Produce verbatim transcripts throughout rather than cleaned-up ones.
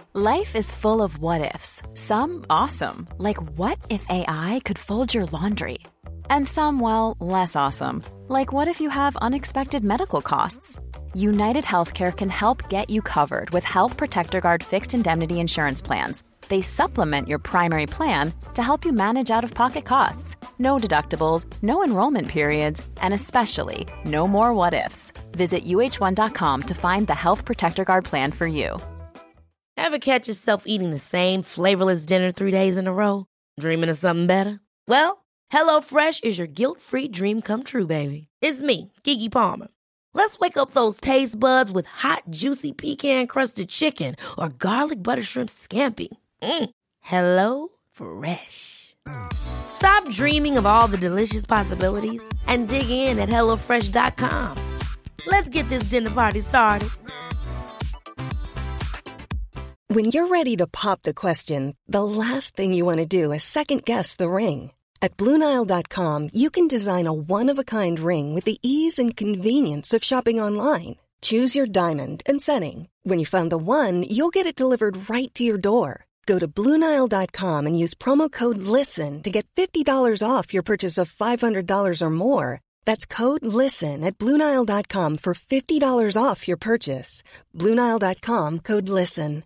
Life is full of what-ifs. Some awesome, like what if A I could fold your laundry? And some, well, less awesome, like what if you have unexpected medical costs? United Healthcare can help get you covered with Health Protector Guard fixed indemnity insurance plans. They supplement your primary plan to help you manage out-of-pocket costs. No deductibles, no enrollment periods, and especially no more what-ifs. Visit U H one dot com to find the Health Protector Guard plan for you. Ever catch yourself eating the same flavorless dinner three days in a row? Dreaming of something better? Well, HelloFresh is your guilt-free dream come true, baby. It's me, Keke Palmer. Let's wake up those taste buds with hot, juicy pecan-crusted chicken or garlic butter shrimp scampi. Mm. Hello Fresh. Stop dreaming of all the delicious possibilities and dig in at hello fresh dot com. Let's get this dinner party started. When you're ready to pop the question, the last thing you want to do is second-guess the ring. At Blue Nile dot com, you can design a one-of-a-kind ring with the ease and convenience of shopping online. Choose your diamond and setting. When you find the one, you'll get it delivered right to your door. Go to Blue Nile dot com and use promo code LISTEN to get fifty dollars off your purchase of five hundred dollars or more. That's code LISTEN at Blue Nile dot com for fifty dollars off your purchase. Blue Nile dot com, code LISTEN.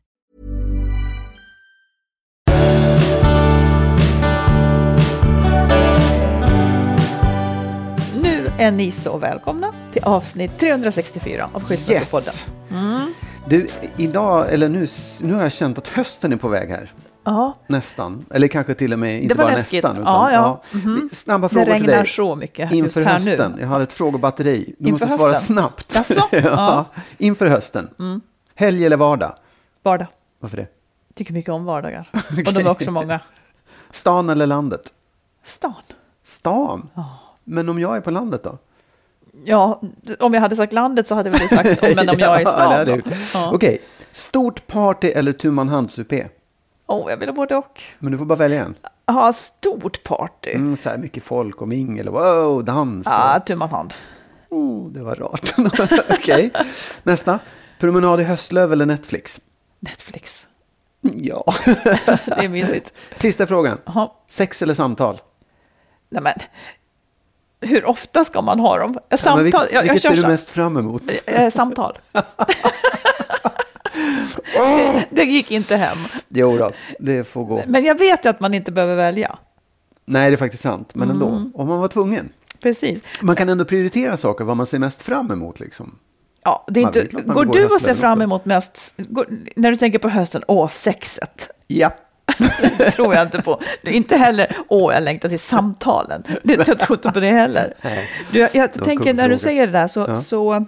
Nu är ni så välkomna till avsnitt trehundrasextiofyra av Skilsmässopodden. Yes. Mm. Du, idag, eller nu, nu har jag känt att hösten är på väg här. Ja. Nästan. Eller kanske till och med inte bara läskigt. nästan. Utan, ja, ja. ja. Mm-hmm. Snabba frågor till dig. Det regnar till så mycket inför just här hösten. nu. Jag har ett frågebatteri. Du inför måste svara hösten. snabbt. Jaså? ja. Ja. Inför hösten. Mm. Helg eller vardag? Vardag. Varför det? Tycker mycket om vardagar. Okay. Och de är också många. Stan eller landet? Stan. Stan? Oh. Men om jag är på landet då? Ja, om jag hade sagt landet så hade vi sagt men om jag är i stan. ja, ja. Okej, okay. Stort party eller tummanhandsupé? Åh, oh, jag vill både och. Men du får bara välja en. Ja, stort party. Mm, så här mycket folk och mingel och wow, dans. Och... Ja, tummanhand. Oh, det var rart. Okej, okay. Nästa. Promenad i höstlöv eller Netflix? Netflix. Ja. Det är mysigt. Sista frågan. Aha. Sex eller samtal? Nej men, hur ofta ska man ha dem? Samtal. Ja, vilket jag, jag vilket ser så. du mest fram emot? Eh, samtal. det, det gick inte hem. Jo då, det får gå. Men jag vet att man inte behöver välja. Nej, det är faktiskt sant. Men mm. ändå, om man var tvungen. Precis. Man kan ändå prioritera saker, vad man ser mest fram emot liksom. Ja, det är inte, går, går du och ser fram emot mest, går, när du tänker på hösten, åh, sexet. Ja. Det tror jag inte på. Du, inte heller, åh, jag längtar till samtalen. Det, jag tror inte på det heller. Du, jag jag tänker, när du säger det där så, ja. så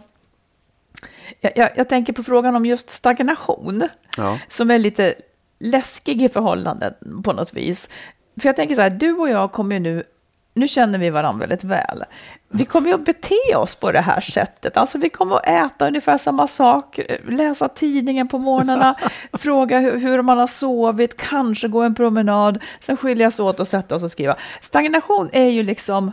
jag, jag, jag tänker på frågan om just stagnation. Ja. Som är lite läskig i förhållanden på något vis. För jag tänker så här, du och jag kommer ju nu, nu känner vi varandra väldigt väl. Vi kommer ju att bete oss på det här sättet. Alltså vi kommer att äta ungefär samma sak, läsa tidningen på morgnarna, fråga hur, hur man har sovit, kanske gå en promenad, sen skiljas åt och sätta oss och skriva. Stagnation är ju liksom,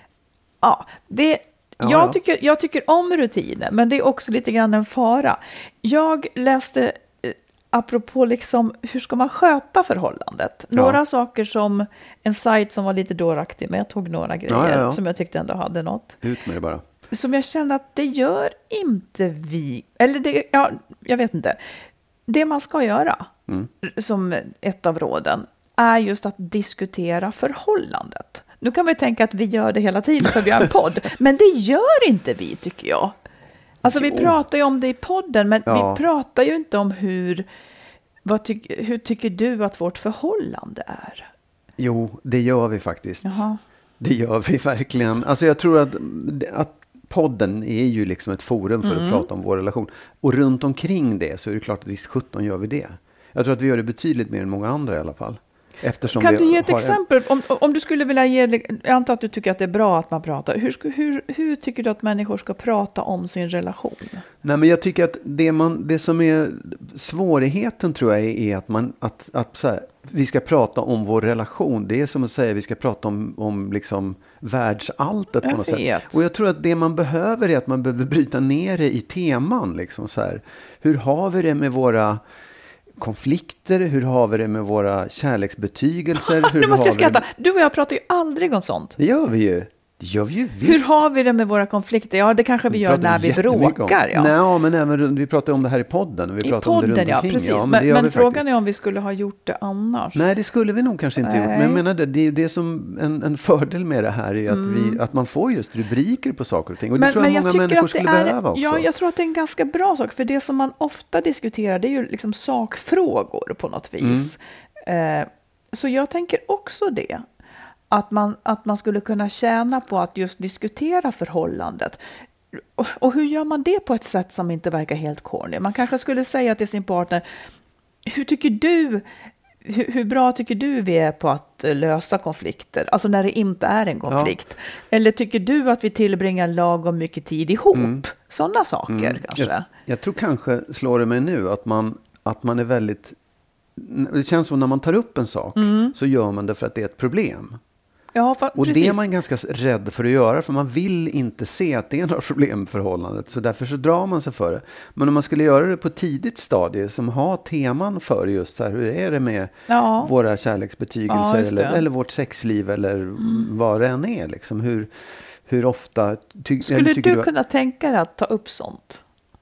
ja, det ja, jag, ja. Tycker, jag tycker om rutiner, men det är också lite grann en fara. Jag läste apropå liksom, hur ska man sköta förhållandet? Ja. Några saker som en sajt som var lite dåraktig med. Jag tog några grejer ja, ja, ja. som jag tyckte ändå hade något. Ut med det bara. Som jag kände att det gör inte vi. Eller det, ja, jag vet inte. Det man ska göra mm. som ett av råden är just att diskutera förhållandet. Nu kan vi tänka att vi gör det hela tiden för vi har en podd. Men det gör inte vi, tycker jag. Alltså jo. Vi pratar ju om det i podden, men ja. vi pratar ju inte om hur, vad ty, hur tycker du att vårt förhållande är? Jo, det gör vi faktiskt. Jaha. Det gör vi verkligen. Alltså jag tror att, att podden är ju liksom ett forum för mm. att prata om vår relation. Och runt omkring det så är det klart att visst sjutton gör vi det. Jag tror att vi gör det betydligt mer än många andra i alla fall. Eftersom kan vi du ge ett har exempel? Om, om du skulle vilja ge, jag antar att du tycker att det är bra att man pratar. Hur, hur, hur tycker du att människor ska prata om sin relation? Nej, men jag tycker att det, man, det som är svårigheten tror jag är, är att, man, att, att så här, vi ska prata om vår relation. Det är som att säga att vi ska prata om, om liksom världsalltet på jag något vet. sätt. Och jag tror att det man behöver är att man behöver bryta ner det i teman. Liksom, så här. Hur har vi det med våra konflikter? Hur har vi det med våra kärleksbetygelser? Hur nu måste jag skratta. Det... Du och jag pratar ju aldrig om sånt. Det gör vi ju. Det gör vi ju visst. Hur har vi det med våra konflikter? Ja, det kanske vi, vi gör när vi bråkar. Ja. Nej, men även, vi pratar om det här i podden. Och vi I pratar podden, om det runt ja, omkring. precis. Ja, men men men frågan faktiskt. är om vi skulle ha gjort det annars. Nej, det skulle vi nog kanske inte Nej. gjort. Men jag menar det, det är ju det som en, en fördel med det här är att, mm. vi, att man får just rubriker på saker och ting. Och det men, tror jag men många jag människor skulle är, behöva också. Ja, jag tror att det är en ganska bra sak. För det som man ofta diskuterar, det är ju liksom sakfrågor på något vis. Mm. Eh, så jag tänker också det. Att man, att man skulle kunna tjäna på att just diskutera förhållandet. Och, och hur gör man det på ett sätt som inte verkar helt corny? Man kanske skulle säga till sin partner, hur tycker du, hur, hur bra tycker du vi är på att lösa konflikter? Alltså när det inte är en konflikt. Ja. Eller tycker du att vi tillbringar lagom mycket tid ihop? Mm. Sådana saker mm. kanske. Jag, jag tror kanske, slår det mig nu, att man, att man är väldigt... Det känns som när man tar upp en sak mm. så gör man det för att det är ett problem. Ja, för, och precis. det är man ganska rädd för att göra, för man vill inte se att det är några problem med förhållandet, så därför så drar man sig för det. Men om man skulle göra det på tidigt stadie som har teman för just så här, hur är det med ja. våra kärleksbetygelser ja, eller, eller vårt sexliv eller mm. vad det än är liksom, hur, hur ofta ty- skulle du, du kunna tänka dig att ta upp sånt?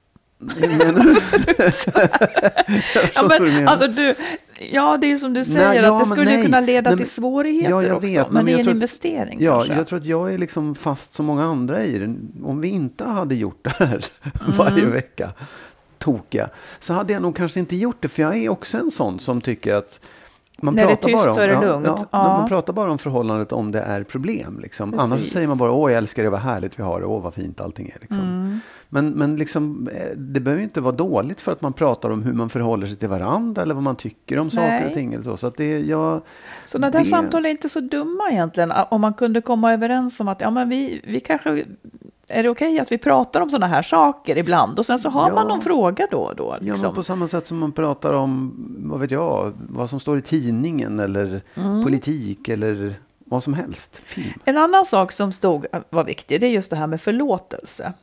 ja, men, alltså du, ja, det är som du säger, nej, ja, att det skulle nej, kunna leda nej, till svårigheter ja, jag också. Vet, men, men det är en att, investering ja, kanske. Jag tror att jag är liksom fast som många andra i det. Om vi inte hade gjort det här mm. varje vecka, tokiga, så hade jag nog kanske inte gjort det. För jag är också en sån som tycker att man när pratar det är tyst bara om, så är det ja, lugnt. Ja, ja. Man pratar bara om förhållandet om det är problem. Liksom. Annars så säger man bara, åh jag älskar det, vad härligt vi har det, åh vad fint allting är. Liksom. Mm. Men, men liksom, det behöver inte vara dåligt för att man pratar om hur man förhåller sig till varandra eller vad man tycker om saker Nej. och ting. Eller så så, att det, jag, så det där samtal är inte så dumma egentligen. Om man kunde komma överens om att ja, men vi, vi kanske... Är det okej att vi pratar om sådana här saker ibland? Och sen så har ja. man någon fråga då och då. Liksom. Ja, men på samma sätt som man pratar om, vad vet jag, vad som står i tidningen eller mm. politik eller vad som helst. Film. En annan sak som stod var viktig, det är just det här med förlåtelse.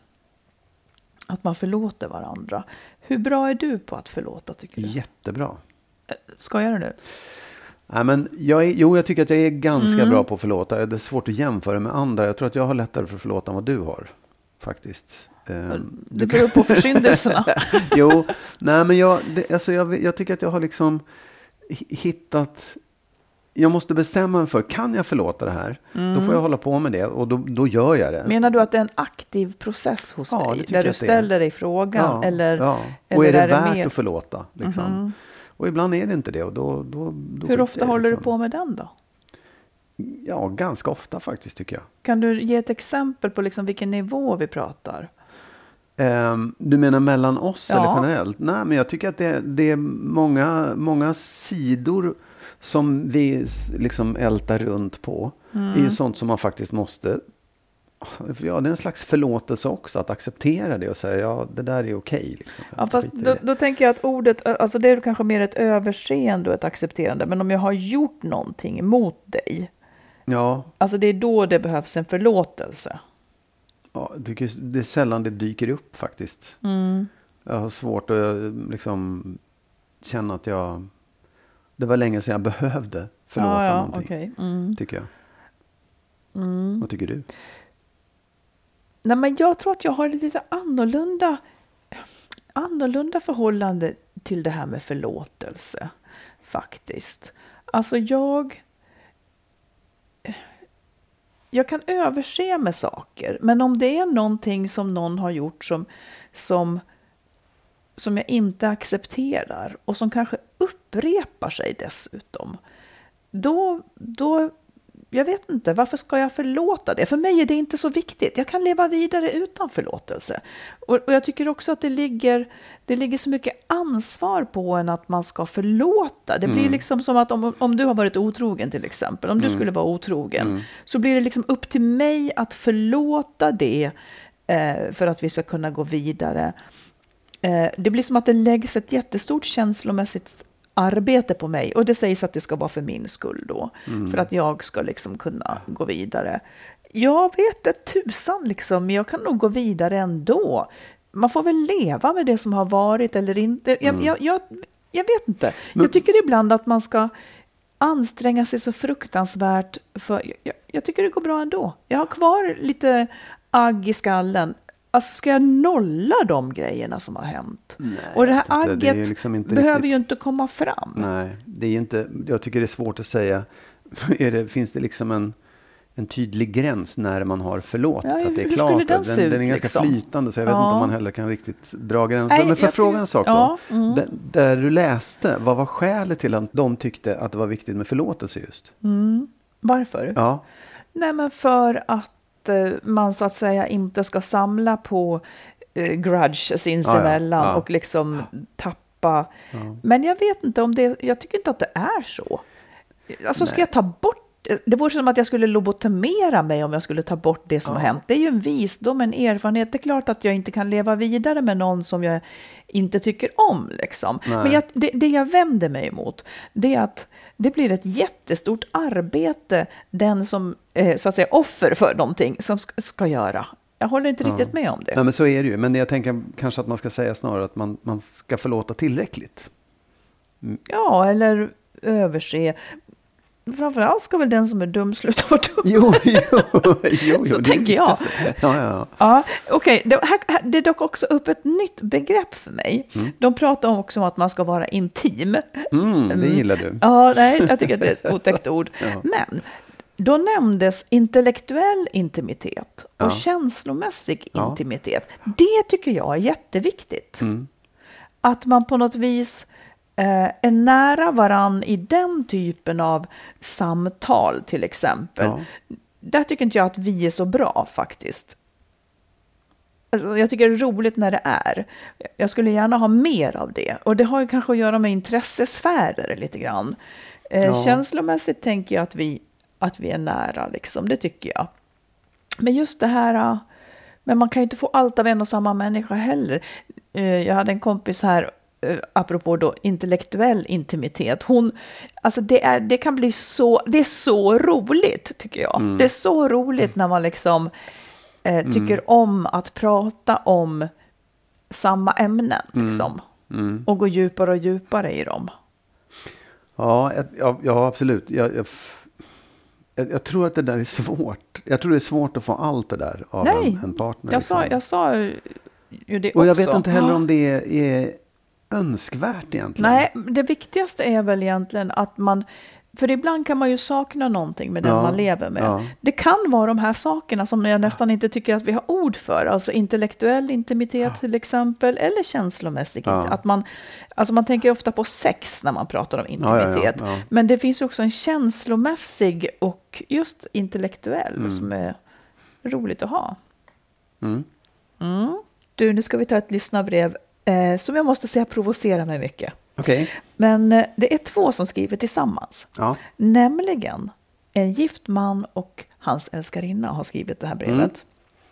Att man förlåter varandra. Hur bra är du på att förlåta, tycker du? Jättebra. Skojar du nu? Nej, men jag är, jo, jag tycker att jag är ganska mm. bra på att förlåta. Det är svårt att jämföra med andra. Jag tror att jag har lättare för att förlåta än vad du har, faktiskt. Det beror på försyndelserna. Jo, nej, men jag, det, alltså jag, jag tycker att jag har liksom hittat... Jag måste bestämma mig för, kan jag förlåta det här? Mm. Då får jag hålla på med det och då, då gör jag det. Menar du att det är en aktiv process hos ja, dig? Där du ställer dig frågan? Ja, eller, ja. Och eller är det är värt mer... att förlåta? Liksom. Mm-hmm. Och ibland är det inte det. Och då, då, då Hur ofta det, håller liksom. du på med den då? Ja, ganska ofta faktiskt tycker jag. Kan du ge ett exempel på liksom vilken nivå vi pratar? Um, du menar mellan oss ja. eller generellt? Nej, men jag tycker att det, det är många, många sidor som vi liksom ältar runt på. Mm. Det är ju sånt som man faktiskt måste... Ja, det är en slags förlåtelse också, att acceptera det och säga, ja, det där är okej. Liksom. Ja, fast då, då tänker jag att ordet, alltså det är kanske mer ett överseende och ett accepterande, men om jag har gjort någonting emot dig, ja. alltså det är då det behövs en förlåtelse. Ja, det är sällan det dyker upp faktiskt. Mm. Jag har svårt att liksom känna att jag, det var länge sedan jag behövde förlåta ja, ja, någonting, okay. mm. tycker jag. Mm. Vad tycker du? Nej, men jag tror att jag har ett lite annorlunda, annorlunda förhållande till det här med förlåtelse, faktiskt. Alltså jag, jag kan överse med saker, men om det är någonting som någon har gjort som, som, som jag inte accepterar och som kanske upprepar sig dessutom, då, då jag vet inte, varför ska jag förlåta det? För mig är det inte så viktigt. Jag kan leva vidare utan förlåtelse. Och, och jag tycker också att det ligger, det ligger så mycket ansvar på en att man ska förlåta. Det blir mm. liksom som att om, om du har varit otrogen till exempel, om mm. du skulle vara otrogen, mm. så blir det liksom upp till mig att förlåta det eh, för att vi ska kunna gå vidare. Eh, det blir som att det läggs ett jättestort känslomässigt arbete på mig, och det sägs att det ska vara för min skull då, mm. för att jag ska liksom kunna gå vidare. Jag vet ett tusan liksom, men jag kan nog gå vidare ändå. Man får väl leva med det som har varit eller inte. Jag, mm. jag, jag, jag vet inte. Men, jag tycker ibland att man ska anstränga sig så fruktansvärt. För jag, jag tycker det går bra ändå. Jag har kvar lite agg i skallen. Alltså ska jag nolla de grejerna som har hänt? Nej, och det här agget det liksom inte behöver riktigt... ju inte komma fram. Nej, det är ju inte, jag tycker det är svårt att säga. Är det, finns det liksom en, en tydlig gräns när man har förlåtit? Ja, att det är hur klart. Den, den, ut, den är ganska liksom? flytande, så jag vet ja. inte om man heller kan riktigt dra gränsen. Nej, men för fråga en sak då. Ja, mm. där, där du läste, vad var skälet till att de tyckte att det var viktigt med förlåtelse just? Mm. Varför? Ja. Nej, men för att eh, man så att säga inte ska samla på eh, grudge sinsemellan, ja, ja, ja. och liksom tappa. Ja. Men jag vet inte om det, jag tycker inte att det är så. Alltså ska Nej. jag ta bort, det vore som att jag skulle lobotomera mig om jag skulle ta bort det som ja. har hänt. Det är ju en visdom, en erfarenhet. Det är klart att jag inte kan leva vidare med någon som jag inte tycker om. Liksom. Men jag, det, det jag vänder mig emot, det är att det blir ett jättestort arbete den som eh, så att säga offer för någonting som ska, ska göra. Jag håller inte ja. riktigt med om det. Nej, men så är det ju. Men jag tänker kanske att man ska säga snarare att man, man ska förlåta tillräckligt. Mm. Ja, eller överse. Framförallt ska väl den som är dum sluta vara dum. Jo, jo, jo, så jo, tänker jag. Ja, ja. ja, okej. Okay. Det, det är dock också upp ett nytt begrepp för mig. Mm. De pratar också om att man ska vara intim. Mm, det gillar du. Ja, nej, jag tycker att det är ett otäckt ord. Ja. Men då nämndes intellektuell intimitet och ja. känslomässig ja. intimitet. Det tycker jag är jätteviktigt. Mm. Att man på något vis är nära varann i den typen av samtal till exempel. Ja. Där tycker inte jag att vi är så bra faktiskt. Alltså, jag tycker det är roligt när det är. Jag skulle gärna ha mer av det. Och det har ju kanske att göra med intressesfärer lite grann. Ja. Känslomässigt tänker jag att vi, att vi är nära liksom. Det tycker jag. Men just det här... Men man kan ju inte få allt av en och samma människa heller. Jag hade en kompis här, apropå då intellektuell intimitet. Hon, alltså det, är, det kan bli så, det är så roligt tycker jag. Mm. Det är så roligt när man liksom eh, tycker mm. om att prata om samma ämnen liksom. Mm. Mm. Och gå djupare och djupare i dem. Ja, ja, ja absolut. Jag, jag, jag, jag tror att det där är svårt. Jag tror det är svårt att få allt det där av Nej, en, en partner. Jag, liksom. sa, jag sa ju det och också. jag vet inte heller om det är önskvärt egentligen. Nej, det viktigaste är väl egentligen att man, för ibland kan man ju sakna någonting med den ja, man lever med. Ja. Det kan vara de här sakerna som jag nästan inte tycker att vi har ord för, alltså intellektuell intimitet ja. till exempel, eller känslomässig. Ja. Att man, alltså man tänker ofta på sex när man pratar om intimitet, ja, ja, ja, ja. men det finns också en känslomässig och just intellektuell mm. som är roligt att ha. Mm. Mm. Du, nu ska vi ta ett lyssnarbrev Eh, som jag måste säga provocerar mig mycket. Okay. Men eh, det är två som skriver tillsammans. Ja. Nämligen en gift man och hans älskarinna har skrivit det här brevet. Mm.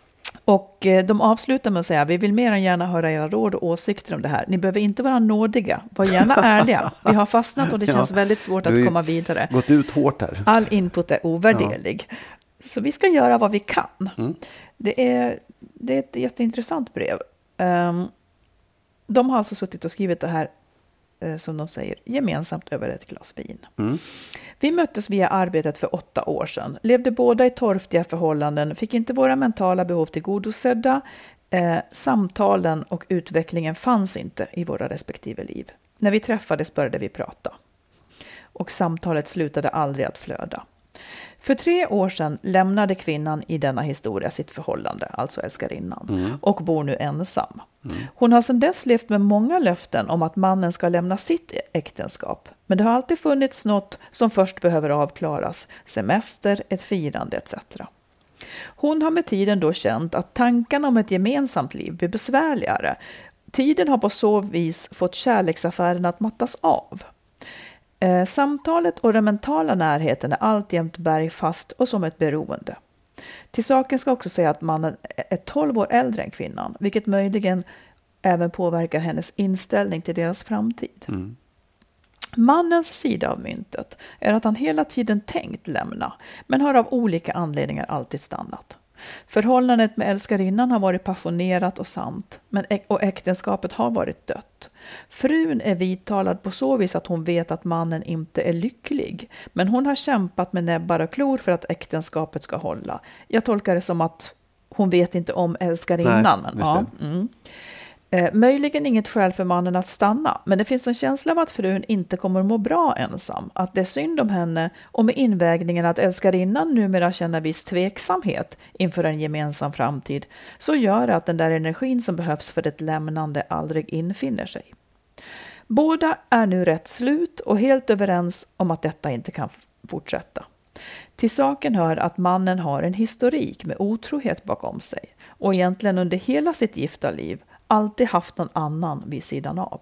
Och eh, de avslutar med att säga: vi vill mer än gärna höra era råd och åsikter om det här. Ni behöver inte vara nådiga, var gärna ärliga. Vi har fastnat och det känns ja. väldigt svårt att komma vidare. Gått ut hårt här. All input är ovärderlig. Ja. Så vi ska göra vad vi kan. Mm. Det, är, det är ett jätteintressant brev. Um, De har alltså suttit och skrivit det här, eh, som de säger, gemensamt över ett glas vin. Mm. Vi möttes via arbetet för åtta år sedan. Levde båda i torftiga förhållanden, fick inte våra mentala behov tillgodosedda. Eh, samtalen och utvecklingen fanns inte i våra respektive liv. När vi träffades började vi prata. Och samtalet slutade aldrig att flöda. För tre år sedan lämnade kvinnan i denna historia sitt förhållande, alltså älskarinnan, mm. och bor nu ensam. Mm. Hon har sedan dess levt med många löften om att mannen ska lämna sitt äktenskap. Men det har alltid funnits något som först behöver avklaras. Semester, ett firande et cetera. Hon har med tiden då känt att tankarna om ett gemensamt liv blir besvärligare. Tiden har på så vis fått kärleksaffären att mattas av. Eh, samtalet och den mentala närheten är alltjämt bergfast och som ett beroende. Till saken ska också säga att mannen är tolv år äldre än kvinnan, vilket möjligen även påverkar hennes inställning till deras framtid. Mm. Mannens sida av myntet är att han hela tiden tänkt lämna, men har av olika anledningar alltid stannat. Förhållandet med älskarinnan har varit passionerat och sant, men äk- och äktenskapet har varit dött. Frun är vidtalad på så vis att hon vet att mannen inte är lycklig, men hon har kämpat med näbbar och klor för att äktenskapet ska hålla. Jag tolkar det som att hon vet inte om älskarinnan. Nej, men, ja, mm. eh, möjligen inget skäl för mannen att stanna, men det finns en känsla av att frun inte kommer må bra ensam, att det är synd om henne, och med invägningen att älskarinnan numera känner viss tveksamhet inför en gemensam framtid, så gör det att den där energin som behövs för ett lämnande aldrig infinner sig. Båda är nu rätt slut och helt överens om att detta inte kan fortsätta. Till saken hör att mannen har en historik med otrohet bakom sig och egentligen under hela sitt gifta liv alltid haft någon annan vid sidan av.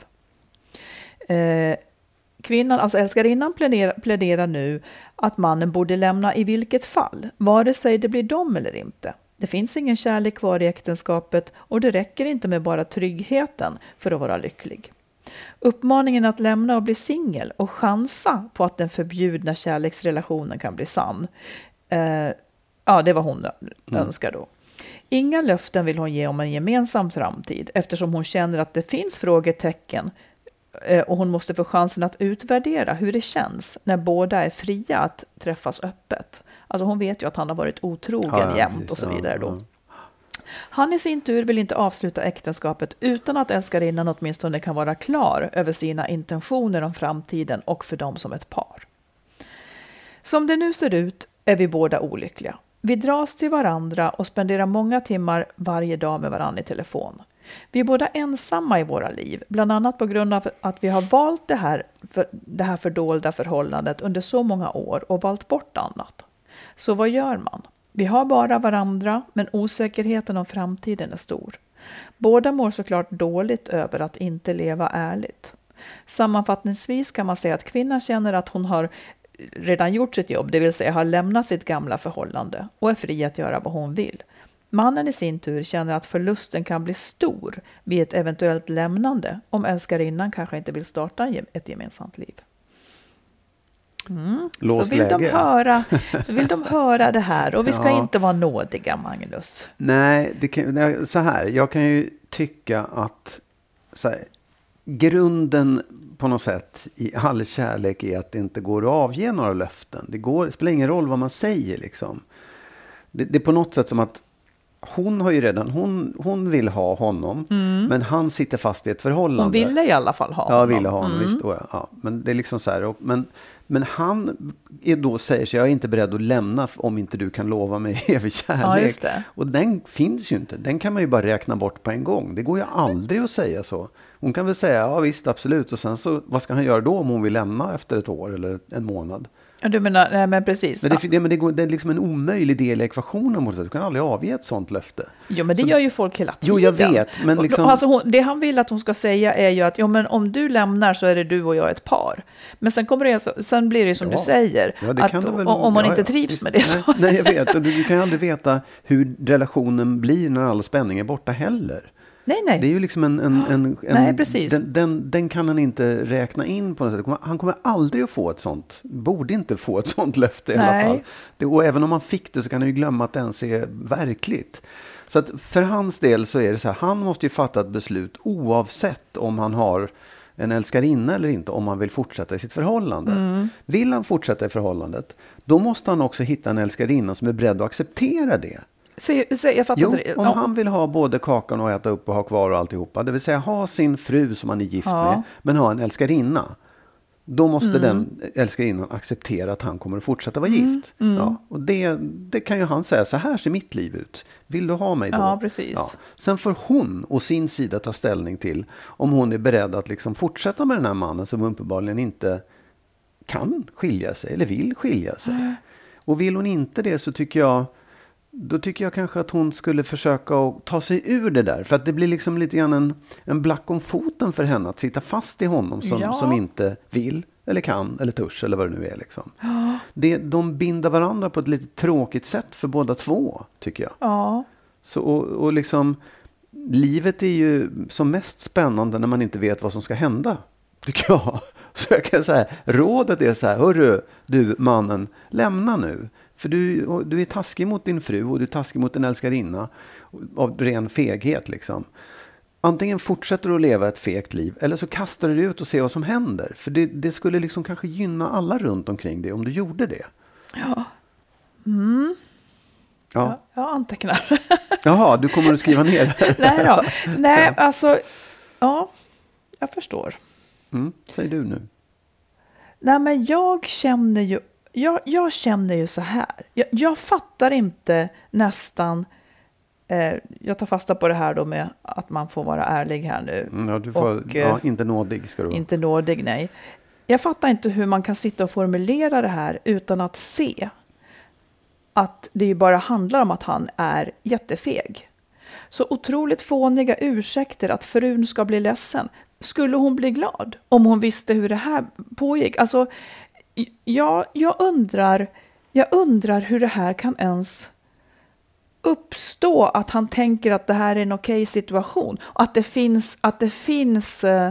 Eh, kvinnan, alltså älskarinnan, pläderar, pläderar nu att mannen borde lämna i vilket fall, vare sig det blir dom eller inte. Det finns ingen kärlek kvar i äktenskapet och det räcker inte med bara tryggheten för att vara lycklig. Uppmaningen att lämna och bli singel och chansa på att den förbjudna kärleksrelationen kan bli sann. Eh, ja, det var hon mm. önskar då. Inga löften vill hon ge om en gemensam framtid eftersom hon känner att det finns frågetecken eh, och hon måste få chansen att utvärdera hur det känns när båda är fria att träffas öppet. Alltså hon vet ju att han har varit otrogen ja, ja, jämt och så vidare då. Ja, ja. Han i sin tur vill inte avsluta äktenskapet utan att älskarinnan åtminstone kan vara klar över sina intentioner om framtiden och för dem som ett par. Som det nu ser ut är vi båda olyckliga. Vi dras till varandra och spenderar många timmar varje dag med varandra i telefon. Vi är båda ensamma i våra liv, bland annat på grund av att vi har valt det här, för, det här fördolda förhållandet under så många år och valt bort annat. Så vad gör man? Vi har bara varandra, men osäkerheten om framtiden är stor. Båda mår såklart dåligt över att inte leva ärligt. Sammanfattningsvis kan man säga att kvinnan känner att hon har redan gjort sitt jobb, det vill säga har lämnat sitt gamla förhållande och är fri att göra vad hon vill. Mannen i sin tur känner att förlusten kan bli stor vid ett eventuellt lämnande om älskarinnan kanske inte vill starta ett gemensamt liv. Mm. Så vill de, höra, vill de höra det här och vi ska ja. inte vara nådiga, Magnus. Nej, det kan, så här, jag kan ju tycka att så här, grunden på något sätt i all kärlek är att det inte går att avge några löften. Det, går, det spelar ingen roll vad man säger liksom. Det, det är på något sätt som att hon har ju redan, hon, hon vill ha honom, mm. men han sitter fast i ett förhållande. Hon ville i alla fall ha ja, honom. Ja, ville ha honom, mm. visst. Ja, ja. Men det är liksom så här, och, men, men han är då, säger sig, jag är inte beredd att lämna om inte du kan lova mig evig kärlek. Ja, just det. Och den finns ju inte, den kan man ju bara räkna bort på en gång. Det går ju aldrig att säga så. Hon kan väl säga, ja visst, absolut. Och sen så, vad ska han göra då om hon vill lämna efter ett år eller en månad? Ja, du menar, nej, men precis. Men det, det, men det, går, det är liksom en omöjlig del i ekvationen. Du kan aldrig avge ett sånt löfte. Jo, men det så, gör ju folk hela tiden. Jo, jag vet. Men liksom... alltså hon, det han vill att hon ska säga är ju att jo, men om du lämnar så är det du och jag ett par. Men sen, kommer det, sen blir det som ja. du säger. Ja, det att kan väl, om man ja, inte trivs ja, med det så... Nej, nej, jag vet. Du, du kan ju aldrig veta hur relationen blir när all spänning är borta heller. Nej, nej. Det är ju liksom en... en, en, en nej, precis. Den, den, den kan han inte räkna in på något sätt. Han kommer aldrig att få ett sånt. Borde inte få ett sånt löfte i nej. alla fall. Det, och även om han fick det så kan han ju glömma att det ens är verkligt. Så att för hans del så är det så här. Han måste ju fatta ett beslut oavsett om han har en älskarinna eller inte. Om han vill fortsätta i sitt förhållande. Mm. Vill han fortsätta i förhållandet, då måste han också hitta en älskarinna som är beredd att acceptera det. Så, så jag fattar jo, det. om ja. han vill ha både kakan och äta upp och ha kvar och alltihopa. Det vill säga ha sin fru som han är gift ja. med. Men ha en älskarinna. Då måste mm. den älskarinnan acceptera att han kommer att fortsätta vara mm. gift. Mm. Ja, och det, det kan ju han säga. Så här ser mitt liv ut. Vill du ha mig då? Ja, precis. Ja. Sen får hon och sin sida ta ställning till om hon är beredd att liksom fortsätta med den här mannen som uppenbarligen inte kan skilja sig eller vill skilja sig. Mm. Och vill hon inte det så tycker jag Då tycker jag kanske att hon skulle försöka att ta sig ur det där. För att det blir liksom lite grann en, en black om foten för henne att sitta fast i honom som, ja. som inte vill eller kan eller törs eller vad det nu är. Liksom. Ja. Det, de binder varandra på ett lite tråkigt sätt för båda två, tycker jag. Ja. Så, och, och liksom, livet är ju som mest spännande när man inte vet vad som ska hända, tycker jag. Så jag kan säga, rådet är så här, hörru, du mannen, lämna nu. För du, du är taskig mot din fru och du är taskig mot din älskarinna av ren feghet liksom. Antingen fortsätter du att leva ett fegt liv eller så kastar du dig ut och ser vad som händer. För det, det skulle liksom kanske gynna alla runt omkring dig om du gjorde det. Ja. Mm. Ja. Jag, jag antecknar. Jaha, du kommer att skriva ner. Nej då. Nej, alltså, ja, jag förstår. Mm, säg du nu. Nej, men jag känner ju, jag, jag känner ju så här. Jag, jag fattar inte nästan, eh, jag tar fasta på det här då med att man får vara ärlig här nu. Mm, ja, du får, och, ja, inte nådig ska du vara. Inte nådig, nej. Jag fattar inte hur man kan sitta och formulera det här utan att se att det ju bara handlar om att han är jättefeg. Så otroligt fåniga ursäkter att frun ska bli ledsen. Skulle hon bli glad om hon visste hur det här pågick? Alltså, jag, jag, undrar, jag undrar hur det här kan ens uppstå. Att han tänker att det här är en okej situation. Att det finns... Att det, finns det,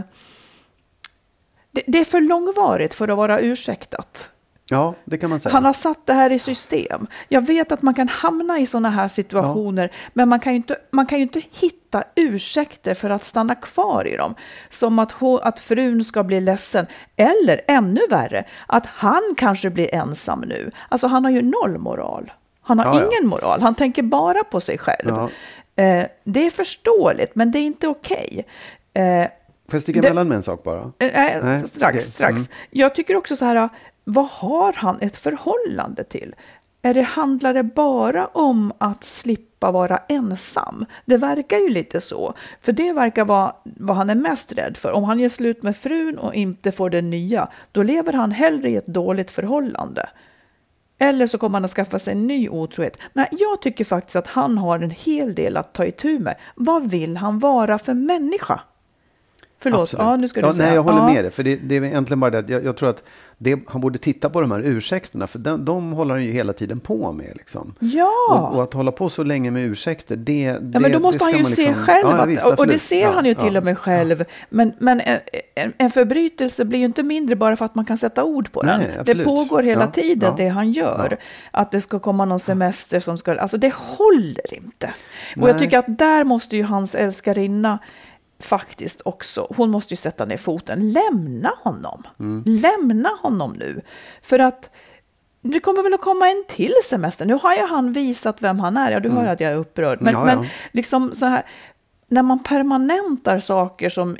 det är för långvarigt för att vara ursäktat. Ja, det kan man säga. Han har satt det här i system. Jag vet att man kan hamna i sådana här situationer, ja. Men man kan ju inte, man kan ju inte hitta ursäkter för att stanna kvar i dem. Som att, hon, att frun ska bli ledsen. Eller ännu värre, att han kanske blir ensam nu. Alltså han har ju noll moral. Han har ja, ingen ja. moral. Han tänker bara på sig själv. Ja. Eh, det är förståeligt, men det är inte okej. Eh, Får jag sticka emellan med en sak bara? Eh, Nej, strax, okay. strax. Mm. Jag tycker också så här... Vad har han ett förhållande till? Är det, handlar det bara om att slippa vara ensam? Det verkar ju lite så. För det verkar vara vad han är mest rädd för. Om han ger slut med frun och inte får det nya, då lever han hellre i ett dåligt förhållande. Eller så kommer han att skaffa sig en ny otrohet. Nej, jag tycker faktiskt att han har en hel del att ta itu med. Vad vill han vara för människa? Förlåt, ja, nu ska du ja, säga. Nej, jag håller ja. med dig. För det, det är egentligen bara det att jag, jag tror att det, han borde titta på de här ursäkterna. För de, de håller han ju hela tiden på med. Liksom. Ja. Och, och att hålla på så länge med ursäkter, det, ja, det men då måste han ju liksom, se själv. Ja, visst, att, och det ser ja, han ju till ja, och med själv. Men, men en, en, en förbrytelse blir ju inte mindre bara för att man kan sätta ord på den. Nej, det pågår hela ja, tiden, ja, det han gör. Ja. Att det ska komma någon semester som ska... Alltså det håller inte. Nej. Och jag tycker att där måste ju hans älskarinna... faktiskt också, hon måste ju sätta ner foten, lämna honom mm. lämna honom nu, för att det kommer väl att komma en till semester, nu har ju han visat vem han är, ja du mm. hör att jag är upprörd, men, ja, ja. men liksom så här, när man permanentar saker som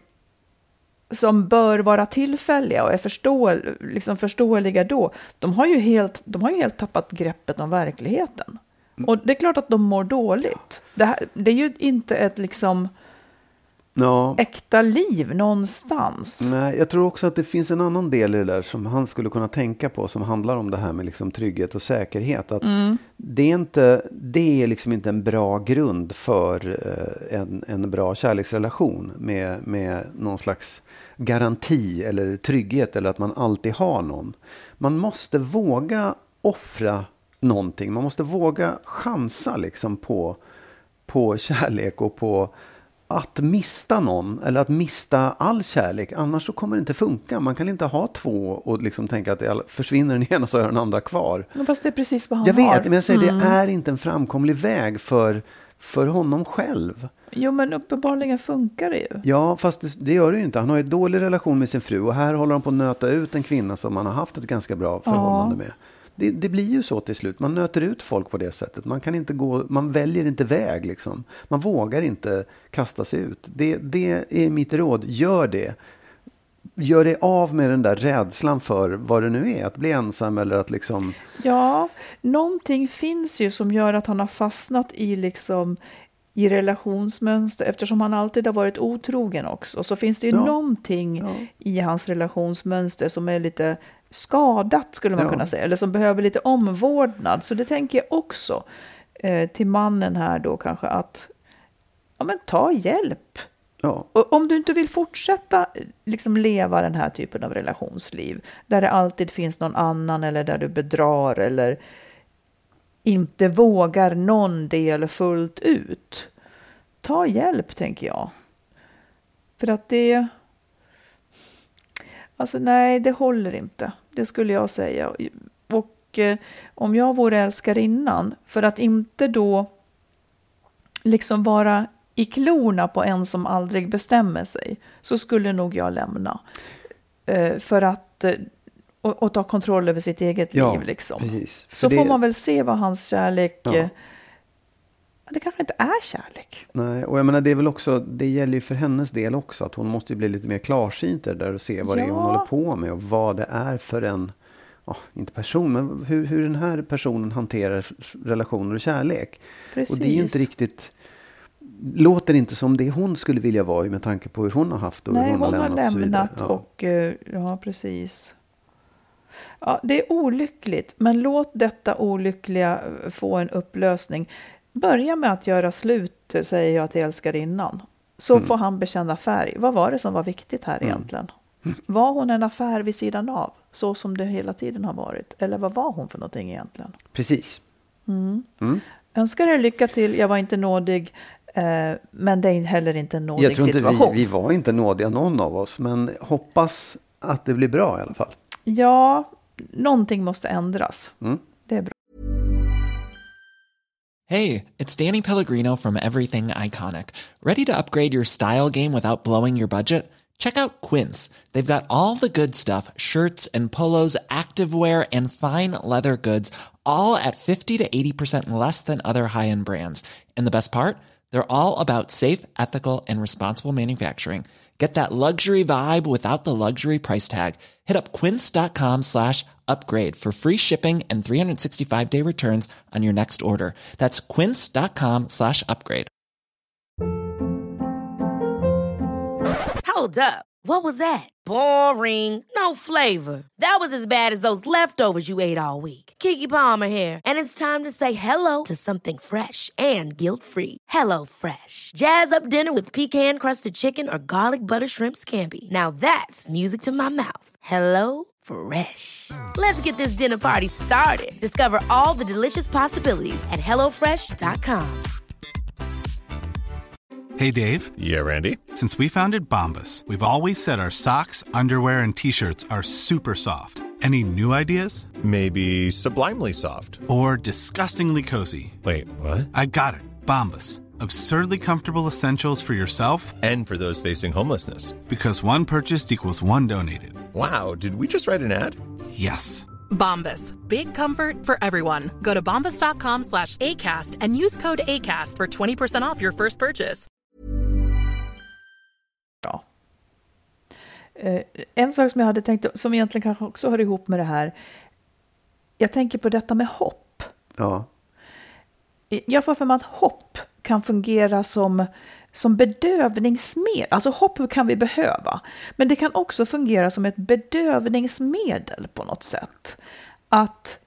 som bör vara tillfälliga och är förstå, liksom förståeliga då, de har ju helt, de har ju helt tappat greppet om verkligheten mm. och det är klart att de mår dåligt, det, här, det är ju inte ett liksom No. äkta liv någonstans. Nej, jag tror också att det finns en annan del i det där som han skulle kunna tänka på, som handlar om det här med liksom trygghet och säkerhet. Att mm. det, är inte, det är liksom inte en bra grund för eh, en, en bra kärleksrelation med, med någon slags garanti eller trygghet eller att man alltid har någon. Man måste våga offra någonting. Man måste våga chansa liksom på, på kärlek och på att mista någon eller att mista all kärlek, annars så kommer det inte funka. Man kan inte ha två och liksom tänka att det försvinner den ena så är den andra kvar. Men fast det är precis vad han jag har. Jag vet, men jag säger mm. det är inte en framkomlig väg för, för honom själv. Jo, men uppenbarligen funkar det ju. Ja, fast det, det gör det ju inte. Han har ju en dålig relation med sin fru och här håller han på att nöta ut en kvinna som han har haft ett ganska bra förhållande ja. med. Det, det blir ju så till slut. Man nöter ut folk på det sättet. Man kan inte gå, man väljer inte väg liksom. Man vågar inte kasta sig ut. Det, det är mitt råd. Gör det. Gör det av med den där rädslan för vad det nu är. Att bli ensam eller att liksom... Ja, någonting finns ju som gör att han har fastnat i liksom... i relationsmönster, eftersom han alltid har varit otrogen också, så finns det ju ja. någonting ja. i hans relationsmönster som är lite skadat skulle man ja. kunna säga, eller som behöver lite omvårdnad. Så det tänker jag också eh, till mannen här då kanske att ja, men ta hjälp. Ja. Och om du inte vill fortsätta liksom leva den här typen av relationsliv där det alltid finns någon annan eller där du bedrar eller inte vågar någon del fullt ut. Ta hjälp, tänker jag. För att det... Alltså nej, det håller inte. Det skulle jag säga. Och Och eh, om jag vore älskarinnan, för att inte då liksom vara i klorna på en som aldrig bestämmer sig, så skulle nog jag lämna. Eh, för att eh, och, och ta kontroll över sitt eget ja, liv. Liksom. Precis. För så det... får man väl se vad hans kärlek... Ja. Eh, det kanske inte är kärlek. Nej, och jag menar det är väl också, det gäller ju för hennes del också, att hon måste ju bli lite mer klarsynt där och se vad ja. det är hon håller på med och vad det är för en, oh, inte person, men hur, hur den här personen hanterar relationer och kärlek. Precis. Och det är ju inte riktigt, låter inte som det hon skulle vilja vara med tanke på hur hon har haft och Nej, hur hon, hon har lämnat, har och så vidare. lämnat Ja. och, ja precis. Ja, det är olyckligt, men låt detta olyckliga få en upplösning. Börja med att göra slut, säger jag till älskarinnan. Så mm. får han bekänna färg. Vad var det som var viktigt här mm. egentligen? Mm. Var hon en affär vid sidan av? Så som det hela tiden har varit? Eller vad var hon för någonting egentligen? Precis. Mm. Mm. Önskar er lycka till. Jag var inte nådig. Eh, men det är heller inte en nådig jag tror inte situation. Vi, vi var inte nådiga någon av oss. Men hoppas att det blir bra i alla fall. Ja, någonting måste ändras. Mm. Det är bra. Hey, it's Danny Pellegrino from Everything Iconic. Ready to upgrade your style game without blowing your budget? Check out Quince. They've got all the good stuff, shirts and polos, activewear and fine leather goods, all at fifty to eighty percent less than other high-end brands. And the best part? They're all about safe, ethical and responsible manufacturing. Get that luxury vibe without the luxury price tag. Hit up quince.com slash upgrade for free shipping and three sixty-five day returns on your next order. That's quince.com slash upgrade. Hold up. What was that? Boring. No flavor. That was as bad as those leftovers you ate all week. Keke Palmer here, and it's time to say hello to something fresh and guilt-free. Hello Fresh. Jazz up dinner with pecan-crusted chicken or garlic butter shrimp scampi. Now that's music to my mouth. Hello Fresh. Let's get this dinner party started. Discover all the delicious possibilities at hello fresh dot com. Hey, Dave. Yeah, Randy. Since we founded Bombas, we've always said our socks, underwear, and T-shirts are super soft. Any new ideas? Maybe sublimely soft. Or disgustingly cozy. Wait, what? I got it. Bombas. Absurdly comfortable essentials for yourself and for those facing homelessness. Because one purchased equals one donated. Wow, did we just write an ad? Yes. Bombas. Big comfort for everyone. Go to bombas.com slash ACAST and use code ACAST for twenty percent off your first purchase. Ja. Eh, en sak som jag hade tänkt, som egentligen kanske också hör ihop med det här. Jag tänker på detta med hopp. Ja. Jag får för mig att hopp kan fungera som, som bedövningsmedel. Alltså hopp kan vi behöva. Men det kan också fungera som ett bedövningsmedel på något sätt. Att,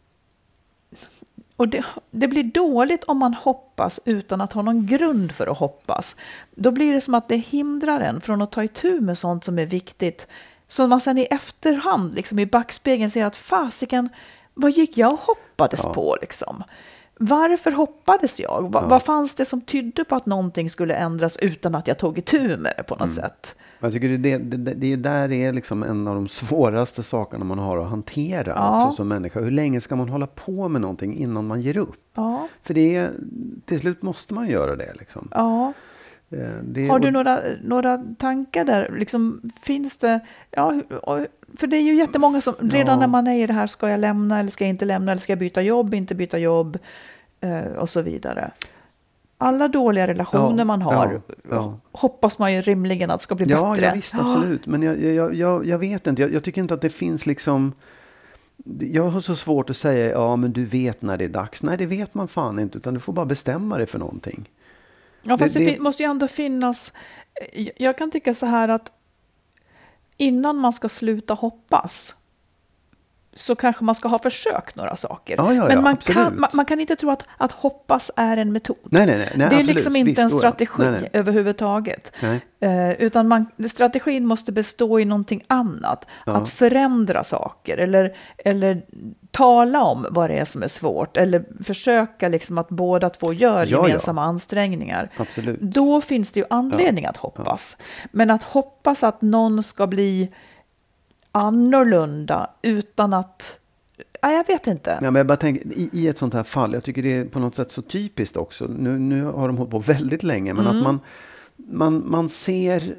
och det, det blir dåligt om man hoppas utan att ha någon grund för att hoppas. Då blir det som att det hindrar en från att ta itu med sånt som är viktigt. Så man sen i efterhand, liksom i backspegeln, ser att fasiken, vad gick jag och hoppades ja. på liksom? Varför hoppades jag? Va, ja. Vad fanns det som tydde på att någonting skulle ändras utan att jag tog itu med det på något mm. sätt? Jag tycker det, det, det, det där är liksom en av de svåraste sakerna man har att hantera ja. också som människa. Hur länge ska man hålla på med någonting innan man ger upp? Ja. För det är, till slut måste man göra det. Liksom. Ja. Det, har du några, några tankar där? Liksom, finns det... Ja, för det är ju jättemånga som redan ja. när man är i det här, ska jag lämna eller ska jag inte lämna eller ska jag byta jobb, inte byta jobb eh, och så vidare. Alla dåliga relationer ja, man har ja, ja. hoppas man ju rimligen att ska bli ja, bättre. Ja, visst, absolut. Men jag, jag, jag, jag vet inte. Jag, jag tycker inte att det finns liksom... Jag har så svårt att säga, ja men du vet när det är dags. Nej, det vet man fan inte, utan du får bara bestämma dig för någonting. Ja, fast det, det, det måste ju ändå finnas... Jag kan tycka så här att innan man ska sluta hoppas så kanske man ska ha försökt några saker. Ja, ja, men ja, man, kan, man, man kan inte tro att, att hoppas är en metod. Nej, nej, nej, nej, det är absolut. liksom inte Visst, en strategi nej, nej. överhuvudtaget. Nej. Eh, utan man, strategin måste bestå i någonting annat. Ja. Att förändra saker eller, eller tala om vad det är som är svårt. Eller försöka liksom att båda två gör ja, gemensamma ja. ansträngningar. Absolut. Då finns det ju anledning ja. att hoppas. Ja. Men att hoppas att någon ska bli annorlunda utan att ja, jag vet inte. Ja, men jag bara tänker, i, i ett sånt här fall, jag tycker det är på något sätt så typiskt också. Nu, nu har de hållit på väldigt länge, men mm. att man, man, man ser,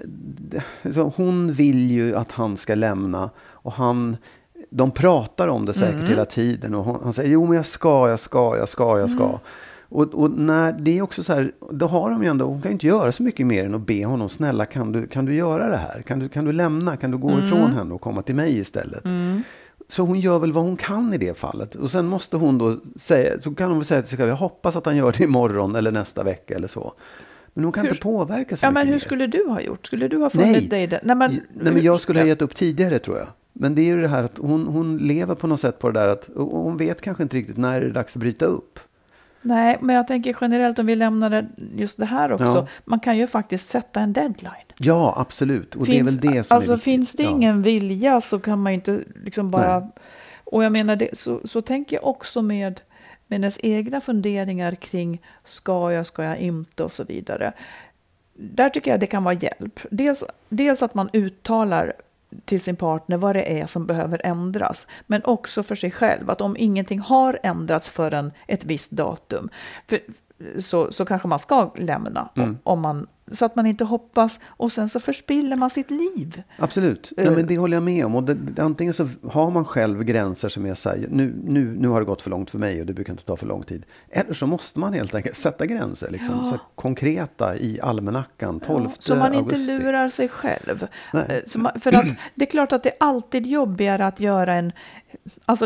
så hon vill ju att han ska lämna och han, de pratar om det säkert mm. hela tiden och hon, han säger, jo men jag ska, jag ska, jag ska, jag ska. Mm. Och, och när det är också så här, då har de ju ändå, hon kan ju inte göra så mycket mer än att be honom, snälla kan du, kan du göra det här? Kan du, kan du lämna? Kan du gå mm. ifrån henne och komma till mig istället? Mm. Så hon gör väl vad hon kan i det fallet. Och sen måste hon då säga, så kan hon väl säga till sig själv, jag hoppas att han gör det imorgon eller nästa vecka eller så. Men hon kan hur, inte påverka så ja, mycket men hur mer. Skulle du ha gjort? Skulle du ha funnit Nej. dig där? Nej, men, Nej, men jag skulle ha gett upp tidigare tror jag. Men det är ju det här att hon, hon lever på något sätt på det där att, och hon vet kanske inte riktigt när det är dags att bryta upp. Nej, men jag tänker generellt om vi lämnar just det här också. Ja. Man kan ju faktiskt sätta en deadline. Ja, absolut. Och finns, det är väl det som alltså, är viktigt. Finns det ja. ingen vilja så kan man ju inte liksom bara... Nej. Och jag menar, det, så, så tänker jag också med, med hennes egna funderingar kring ska jag, ska jag inte och så vidare. Där tycker jag det kan vara hjälp. Dels, dels att man uttalar till sin partner vad det är som behöver ändras. Men också för sig själv. Att om ingenting har ändrats förrän ett visst datum. För, så, så kanske man ska lämna. Mm. Om man, så att man inte hoppas. Och sen så förspiller man sitt liv. Absolut. Uh. Nej, men det håller jag med om. Och det, det, antingen så har man själv gränser som jag säger. Nu, nu, nu har det gått för långt för mig. Och det brukar inte ta för lång tid. Eller så måste man helt enkelt sätta gränser. Liksom, ja. Så konkreta i almanackan. tolfte augusti. Så man inte lurar sig själv. Så man, för att det är klart att det är alltid jobbigare att göra en... Alltså...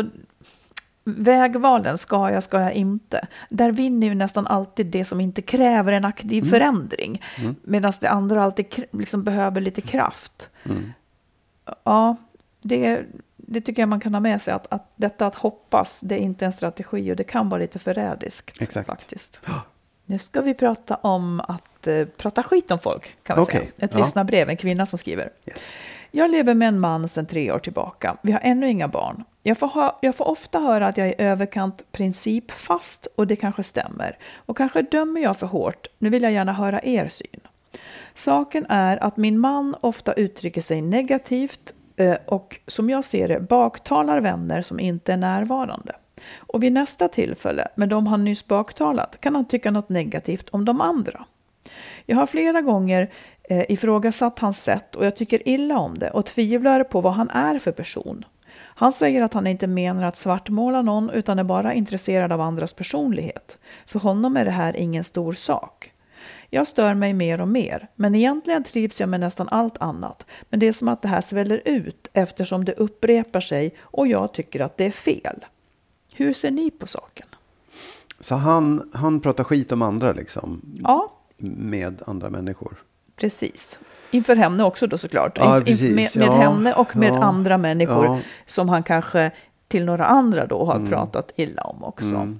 Vägvalen, ska jag, ska jag inte. Där vinner ju nästan alltid det som inte kräver en aktiv mm. förändring. Mm. Medan det andra alltid liksom behöver lite kraft. Mm. Ja, det, det tycker jag man kan ha med sig. Att, att detta att hoppas, det är inte en strategi och det kan vara lite förrädiskt. Exakt. Faktiskt. Nu ska vi prata om att uh, prata skit om folk, kan man okay. säga. Ett ja. lyssnarbrev, en kvinna som skriver. Yes. Jag lever med en man sedan tre år tillbaka. Vi har ännu inga barn. Jag får, ha, jag får ofta höra att jag är överkant principfast och det kanske stämmer. Och kanske dömer jag för hårt. Nu vill jag gärna höra er syn. Saken är att min man ofta uttrycker sig negativt eh, och som jag ser det baktalar vänner som inte är närvarande. Och vid nästa tillfälle med de han nyss baktalat kan han tycka något negativt om de andra. Jag har flera gånger eh, ifrågasatt hans sätt och jag tycker illa om det och tvivlar på vad han är för person. Han säger att han inte menar att svartmåla någon utan är bara intresserad av andras personlighet. För honom är det här ingen stor sak. Jag stör mig mer och mer, men egentligen trivs jag med nästan allt annat. Men det är som att det här sväller ut eftersom det upprepar sig och jag tycker att det är fel. Hur ser ni på saken? Så han, han pratar skit om andra liksom? Ja. Med andra människor? Precis. Inför henne också då såklart. Ja, Inf- med med ja, henne och med ja, andra människor ja. Som han kanske till några andra då har mm. pratat illa om också. Mm.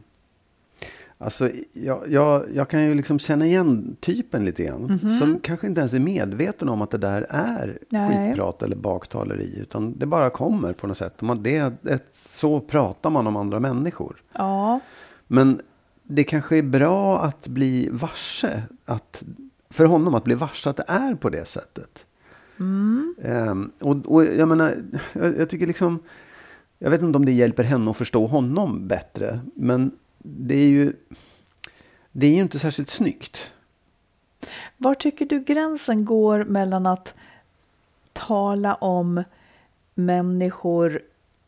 Alltså jag, jag, jag kan ju liksom känna igen typen lite grann. Mm-hmm. Som kanske inte ens är medveten om att det där är Nej. skitprat eller baktaleri. Utan det bara kommer på något sätt. Man, det, det, så pratar man om andra människor. Ja. Men det kanske är bra att bli varse att... För honom att bli varse att det är på det sättet. Mm. Um, och, och jag menar, jag, jag tycker liksom, jag vet inte om det hjälper henne att förstå honom bättre. Men det är ju, det är ju inte särskilt snyggt. Var tycker du gränsen går mellan att tala om människor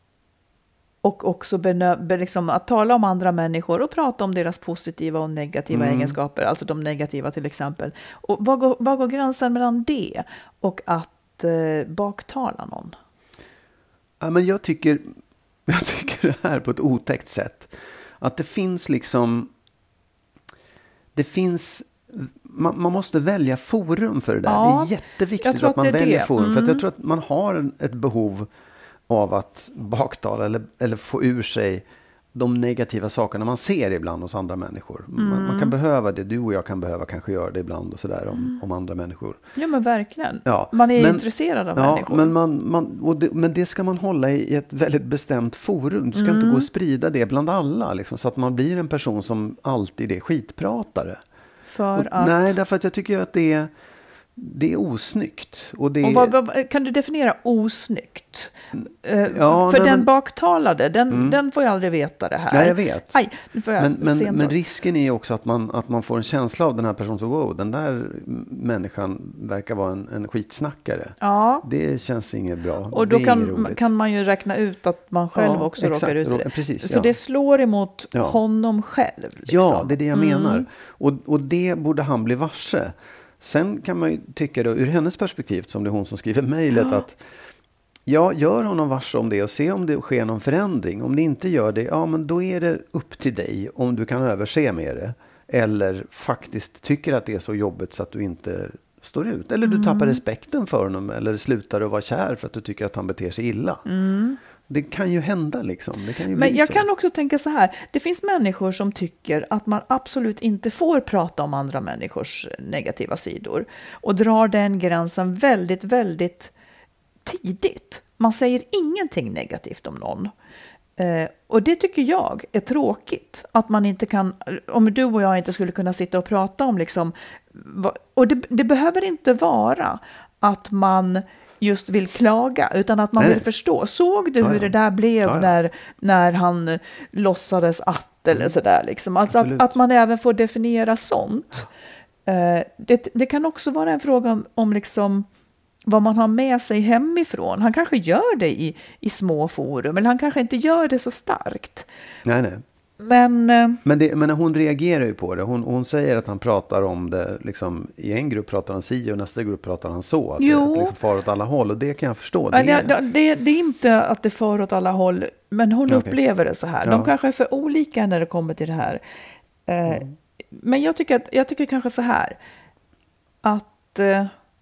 och också benö- liksom att tala om andra människor och prata om deras positiva och negativa mm. egenskaper, alltså de negativa till exempel. Och vad går, vad går gränsen mellan det och att eh, baktala någon? Ja, men jag tycker, jag tycker det här på ett otäckt sätt. Att det finns liksom, det finns, man, man måste välja forum för det där. Ja, det är jätteviktigt att man att väljer det. forum. Mm. För att jag tror att man har ett behov av att baktala eller, eller få ur sig de negativa sakerna man ser ibland hos andra människor. Mm. Man, man kan behöva det, du och jag kan behöva kanske göra det ibland och sådär om, mm. om andra människor. Ja men verkligen. Ja, man är men, intresserad av ja, människor. Men, man, man, och det, men det ska man hålla i ett väldigt bestämt forum. Du ska mm. inte gå och sprida det bland alla. Liksom, så att man blir en person som alltid är skitpratare. För och, att? Nej, därför att jag tycker att det är... det är osnyggt. Och det och vad, vad, kan du definiera osnyggt? Uh, ja, för nej, den men, baktalade, den, mm. den får jag aldrig veta det här. Ja, jag vet. Aj, får jag men men, men så. risken är också att man, att man får en känsla av den här personen som, wow, den där människan verkar vara en, en skitsnackare. Ja. Det känns inget bra. Och då kan, kan man ju räkna ut att man själv ja, också exakt. råkar ut för det. Precis, så ja. det slår emot ja. honom själv. Liksom. Ja, det är det jag mm. menar. Och, och det borde han bli varse. Sen kan man ju tycka då, ur hennes perspektiv, som det är hon som skriver mejlet, ja. att ja, gör honom varse om det och se om det sker någon förändring. Om det inte gör det, ja men då är det upp till dig om du kan överse med det. Eller faktiskt tycker att det är så jobbigt så att du inte står ut. Eller du mm. tappar respekten för honom eller slutar att vara kär för att du tycker att han beter sig illa. Mm. Det kan ju hända liksom. Det kan ju Men bli jag så. kan också tänka så här. Det finns människor som tycker att man absolut inte får prata om andra människors negativa sidor. Och drar den gränsen väldigt, väldigt tidigt. Man säger ingenting negativt om någon. Eh, och det tycker jag är tråkigt. Att man inte kan, om du och jag inte skulle kunna sitta och prata om liksom. Och det, det behöver inte vara att man just vill klaga, utan att man Nej. vill förstå. Såg du ja, hur ja. det där blev ja, ja. När, när han låtsades att eller mm. sådär liksom. Alltså att, att man även får definiera sånt. Uh, det, det kan också vara en fråga om, om liksom vad man har med sig hemifrån. Han kanske gör det i, i små forum, eller han kanske inte gör det så starkt. Nej, nej. Men, uh, men, det, men hon reagerar ju på det. Hon, hon säger att han pratar om det. Liksom, i en grupp pratar han si och nästa grupp pratar han så. Att jo. det liksom far åt alla håll. Och det kan jag förstå. Det, det, det, det, det är inte att det far åt alla håll. Men hon okay. upplever det så här. De ja. kanske är för olika när det kommer till det här. Eh, mm. Men jag tycker, att, jag tycker kanske så här. Att... Eh,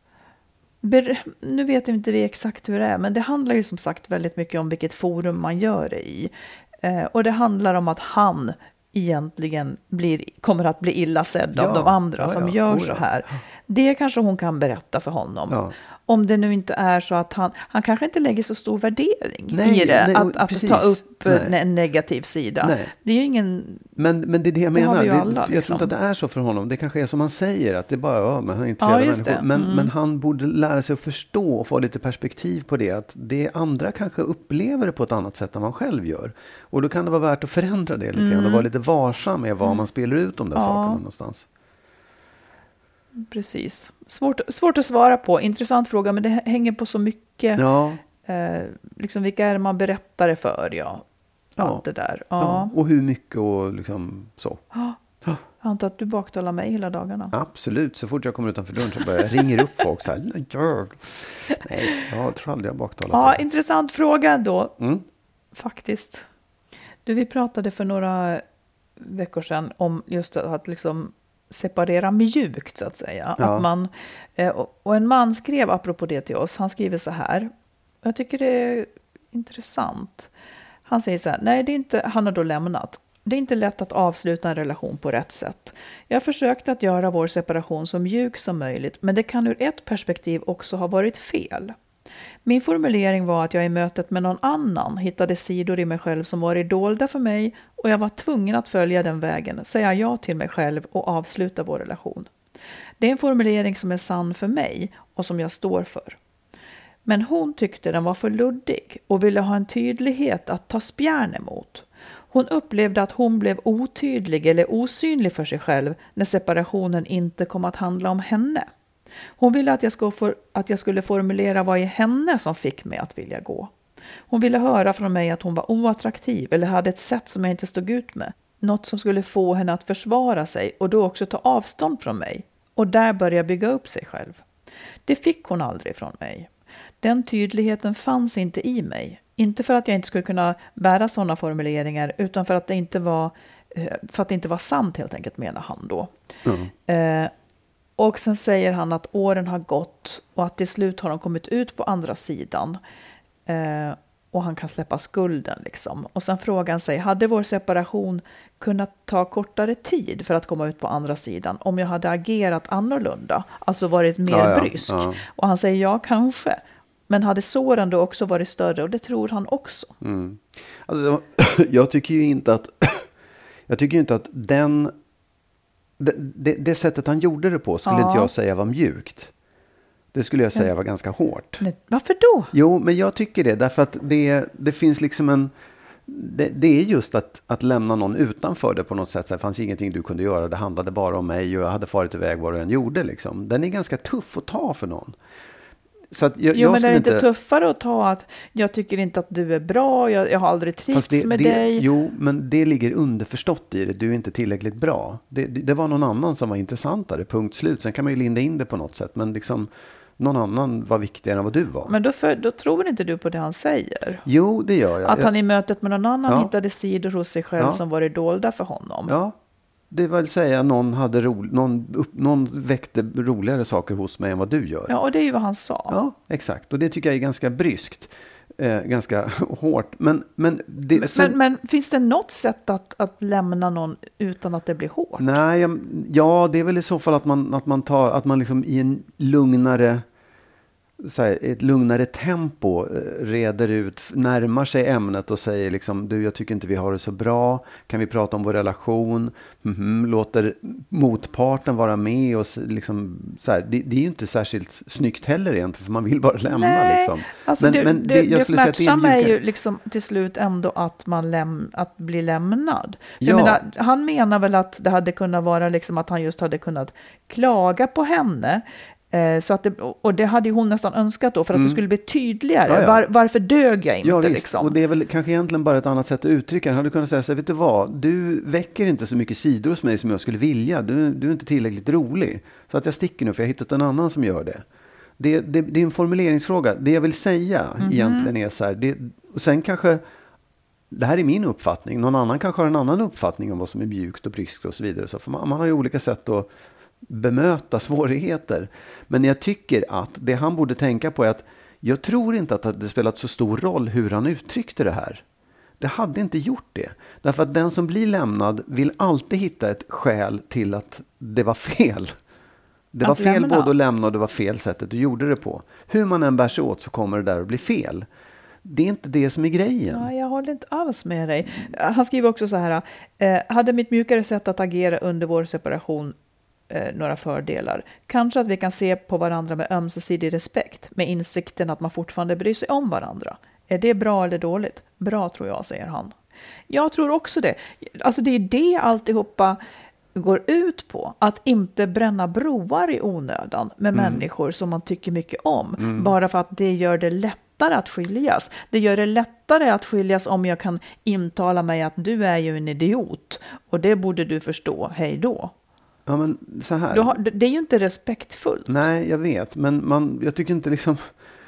ber, nu vet inte vi exakt hur det är. Men det handlar ju som sagt väldigt mycket om vilket forum man gör det i. Eh, och det handlar om att han egentligen blir, kommer att bli illa sedd ja, av de andra ja, som ja, gör oh, så här. Ja. Det kanske hon kan berätta för honom. Ja. Om det nu inte är så att han, han kanske inte lägger så stor värdering nej, i det. Nej, att att ta upp nej. en negativ sida. Nej. Det är ju ingen... Men, men det är det jag menar. Det, alla, jag liksom. tror inte att det är så för honom. Det kanske är som han säger. Att det är bara, ja, men han är intresserad ja, av människor. Men, mm. men han borde lära sig att förstå och få lite perspektiv på det. Att det andra kanske upplever det på ett annat sätt än man själv gör. Och då kan det vara värt att förändra det lite mm. grann. Och vara lite varsam med vad man spelar ut de där ja. sakerna någonstans. Precis. Svårt, svårt att svara på. Intressant fråga, men det hänger på så mycket. Ja. Eh, liksom vilka är det man berättar det för? Ja. Allt ja. det där. Ja. Ja. Och hur mycket och liksom så. Ja. Jag antar att du baktalar mig hela dagarna. Absolut. Så fort jag kommer utanför dörren så börjar jag ringer upp folk så här. Nej, jag tror aldrig jag baktalat. Ja, det. Intressant fråga ändå. Mm. Faktiskt. Du, vi pratade för några veckor sedan om just att liksom separera mjukt så att säga. Ja. Att man, och en man skrev apropå det till oss, han skriver så här. Jag tycker det är intressant. Han säger så här, nej det är inte, han har då lämnat. Det är inte lätt att avsluta en relation på rätt sätt. Jag försökte att göra vår separation så mjuk som möjligt, men det kan ur ett perspektiv också ha varit fel. Min formulering var att jag i mötet med någon annan hittade sidor i mig själv som var dolda för mig och jag var tvungen att följa den vägen, säga ja till mig själv och avsluta vår relation. Det är en formulering som är sann för mig och som jag står för. Men hon tyckte den var för luddig och ville ha en tydlighet att ta spjärn emot. Hon upplevde att hon blev otydlig eller osynlig för sig själv när separationen inte kom att handla om henne. Hon ville att jag, skulle for, att jag skulle formulera vad i henne som fick mig att vilja gå. Hon ville höra från mig att hon var oattraktiv eller hade ett sätt som jag inte stod ut med. Något som skulle få henne att försvara sig och då också ta avstånd från mig. Och där börja bygga upp sig själv. Det fick hon aldrig från mig. Den tydligheten fanns inte i mig. Inte för att jag inte skulle kunna bära sådana formuleringar utan för att det inte var, för att det inte var sant helt enkelt, menar han då. Mm. Eh, och sen säger han att åren har gått och att till slut har de kommit ut på andra sidan. Eh, och han kan släppa skulden liksom. Och sen frågar han sig, hade vår separation kunnat ta kortare tid för att komma ut på andra sidan om jag hade agerat annorlunda? Alltså varit mer ja, ja, brysk. Ja. Och han säger ja, kanske. Men hade såren då också varit större? Och det tror han också. Mm. Alltså, jag tycker ju inte att jag tycker ju inte att den det, det, det sättet han gjorde det på skulle ja. inte jag säga var mjukt. Det skulle jag säga var ganska hårt. Nej, varför då? Jo, men jag tycker det. Därför att det, det finns liksom en... Det, det är just att, att lämna någon utanför det på något sätt. Så det fanns ingenting du kunde göra. Det handlade bara om mig och jag hade farit iväg vad du än gjorde. Liksom. Den är ganska tuff att ta för någon. Så att jag, jo, jag men det är inte inte tuffare att ta att jag tycker inte att du är bra, jag, jag har aldrig trivts det, med det, dig. Jo, men det ligger underförstått i det. Du är inte tillräckligt bra. Det, det, det var någon annan som var intressantare, punkt slut. Sen kan man ju linda in det på något sätt. Men liksom, någon annan var viktigare än vad du var. Men då, för, då tror inte du på det han säger? Jo, det gör jag. Att han i mötet med någon annan ja. hittade sidor hos sig själv ja. som var dolda för honom. Ja, det vill säga någon, hade ro, någon, upp, någon väckte roligare saker hos mig än vad du gör. Ja, och det är ju vad han sa. Ja, exakt. Och det tycker jag är ganska bryskt. Eh, ganska hårt. Men, men, det, men, sen, men, men finns det något sätt att, att lämna någon utan att det blir hårt? Nej, jag, ja, det är väl i så fall att man, att man tar, att man liksom i en lugnare... Så här, ett lugnare tempo reder ut, närmar sig ämnet och säger liksom, du, jag tycker inte vi har det så bra, kan vi prata om vår relation, mm-hmm, låter motparten vara med och liksom, så här, det, det är ju inte särskilt snyggt heller egentligen, för man vill bara lämna. Nej, liksom. Alltså men, det, men det, det, det smärtsamma är, är ju liksom till slut ändå att man läm, att bli lämnad. Ja. Jag menar, han menar väl att det hade kunnat vara liksom att han just hade kunnat klaga på henne. Så att det, och det hade ju hon nästan önskat då för att mm. det skulle bli tydligare. Ja, ja. Var, varför dög jag inte? Ja, visst. Liksom? Och det är väl kanske egentligen bara ett annat sätt att uttrycka det. Han hade kunnat säga så här, vet du vad? Du väcker inte så mycket sidor hos mig som jag skulle vilja. Du, du är inte tillräckligt rolig. Så att jag sticker nu för jag har hittat en annan som gör det. Det, det, det är en formuleringsfråga. Det jag vill säga mm-hmm. egentligen är så här. Det, och sen kanske, det här är min uppfattning. Någon annan kanske har en annan uppfattning om vad som är mjukt och bryskt och så vidare. Så för man, man har ju olika sätt att bemöta svårigheter. Men jag tycker att det han borde tänka på är att jag tror inte att det spelat så stor roll hur han uttryckte det här. Det hade inte gjort det. Därför att den som blir lämnad vill alltid hitta ett skäl till att det var fel. Det att var fel lämna. Både att lämna och det var fel sättet du gjorde det på. Hur man än bär sig åt så kommer det där att bli fel. Det är inte det som är grejen. Ja, jag håller inte alls med dig. Han skriver också så här. Eh, hade mitt mjukare sätt att agera under vår separation Eh, några fördelar. Kanske att vi kan se på varandra med ömsesidig respekt, med insikten att man fortfarande bryr sig om varandra. Är det bra eller dåligt? Bra, tror jag, säger han. Jag tror också det. Alltså det är det alltihopa går ut på. Att inte bränna broar i onödan med mm. människor som man tycker mycket om. Mm. Bara för att det gör det lättare att skiljas. Det gör det lättare att skiljas om jag kan intala mig att du är ju en idiot. Och det borde du förstå. Hej då. Ja, men så här. Du har, det är ju inte respektfullt. Nej, jag vet. Men man, jag tycker inte liksom...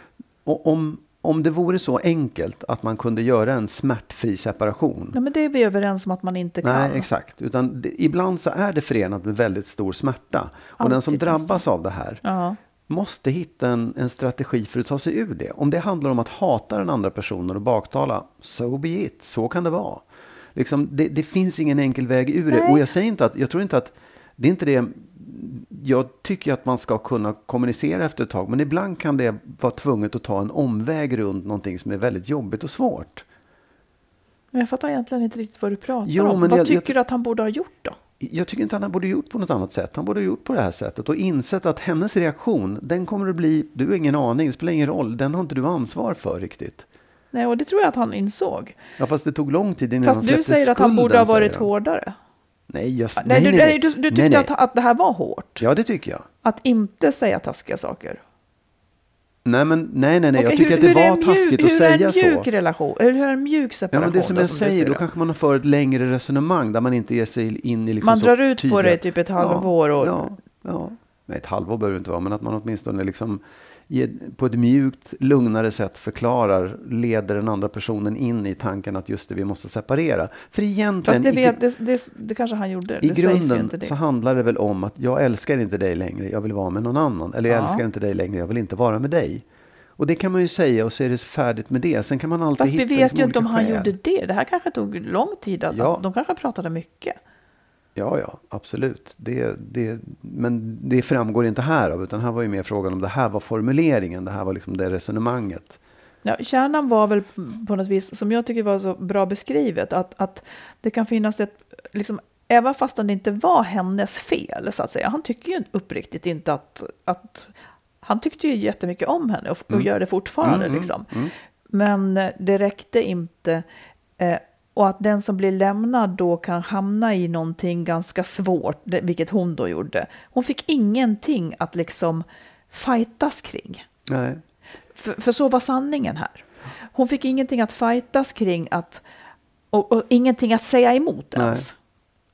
Om, om det vore så enkelt att man kunde göra en smärtfri separation. Ja, men det är vi överens om att man inte kan. Nej, exakt. Utan det, ibland så är det förenat med väldigt stor smärta. Och alltid den som drabbas det. Av det här ja. Måste hitta en, en strategi för att ta sig ur det. Om det handlar om att hata den andra personen och baktala, so be it. Så kan det vara. Liksom, det, det finns ingen enkel väg ur Nej. Det. Och jag säger inte att... Jag tror inte att det är inte det, jag tycker att man ska kunna kommunicera efter ett tag, men ibland kan det vara tvunget att ta en omväg runt någonting som är väldigt jobbigt och svårt. Men jag fattar egentligen inte riktigt vad du pratar jo, om. Men vad jag, tycker jag, du att han borde ha gjort då? Jag tycker inte att han borde ha gjort på något annat sätt. Han borde ha gjort på det här sättet och insett att hennes reaktion, den kommer att bli, du har ingen aning, det spelar ingen roll, den har inte du ansvar för riktigt. Nej, och det tror jag att han insåg. Ja, fast det tog lång tid innan fast han släppte skulden. Fast du säger skulden, att han borde ha varit hårdare. Nej, jag, nej, nej, du, nej, nej. Du, du tyckte nej, nej. Att, att det här var hårt? Ja, det tycker jag. Att inte säga taskiga saker? Nej, men, nej, nej, nej. Okay, jag tycker hur, att det var mjuk, taskigt att säga så. Hur är en mjuk relation? Hur är en mjuk separation? Ja, men det som då, jag som säger, då då kanske man får ett längre resonemang där man inte ger sig in i liksom man så drar ut tydliga... på det typ ett halvår. Och... Ja, ja. Nej, ett halvår behöver det inte vara, men att man åtminstone liksom på ett mjukt, lugnare sätt förklarar, leder den andra personen in i tanken att just det, vi måste separera. För egentligen... Fast det, vet, det, det, det kanske han gjorde. I det grunden inte det. Så handlar det väl om att jag älskar inte dig längre, jag vill vara med någon annan. Eller jag ja. älskar inte dig längre, jag vill inte vara med dig. Och det kan man ju säga och så är det färdigt med det. Sen kan man alltid Fast hitta vi vet liksom ju inte om han skäl. gjorde det. Det här kanske tog lång tid. Att, ja. att de kanske pratade mycket. Ja, ja, absolut. Det, det, men det framgår inte här av, utan här var ju mer frågan om det här var formuleringen, det här var liksom det resonemanget. Ja, kärnan var väl på något vis, som jag tycker var så bra beskrivet, att, att det kan finnas ett, liksom, även fast det inte var hennes fel så att säga. Han tycker ju uppriktigt inte att, att han tyckte ju jättemycket om henne och, och mm. gör det fortfarande. Mm, liksom. mm. Men det räckte inte. Eh, och att den som blir lämnad då kan hamna i någonting ganska svårt, det, vilket hon då gjorde. Hon fick ingenting att liksom fightas kring. Nej. För, för så var sanningen här. Hon fick ingenting att fightas kring att, och, och ingenting att säga emot ens. Nej.